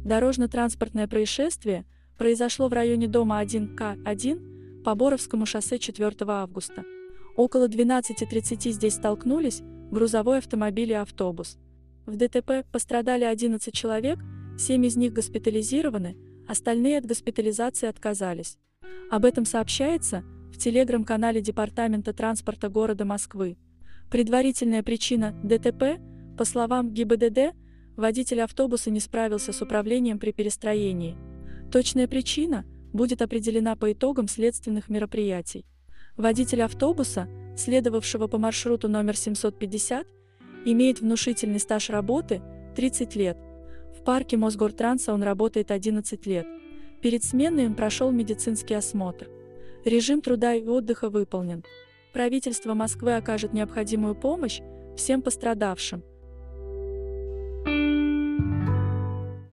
Дорожно-транспортное происшествие произошло в районе дома 1К1 по Боровскому шоссе 4 августа. Около 12:30 здесь столкнулись грузовой автомобиль и автобус. В ДТП пострадали 11 человек, 7 из них госпитализированы, остальные от госпитализации отказались. Об этом сообщается в телеграм-канале Департамента транспорта города Москвы. Предварительная причина ДТП, по словам ГИБДД, водитель автобуса не справился с управлением при перестроении. Точная причина будет определена по итогам следственных мероприятий. Водитель автобуса, следовавшего по маршруту номер 750, имеет внушительный стаж работы – 30 лет. В парке Мосгортранса он работает 11 лет. Перед сменой он прошел медицинский осмотр. Режим труда и отдыха выполнен. Правительство Москвы окажет необходимую помощь всем пострадавшим.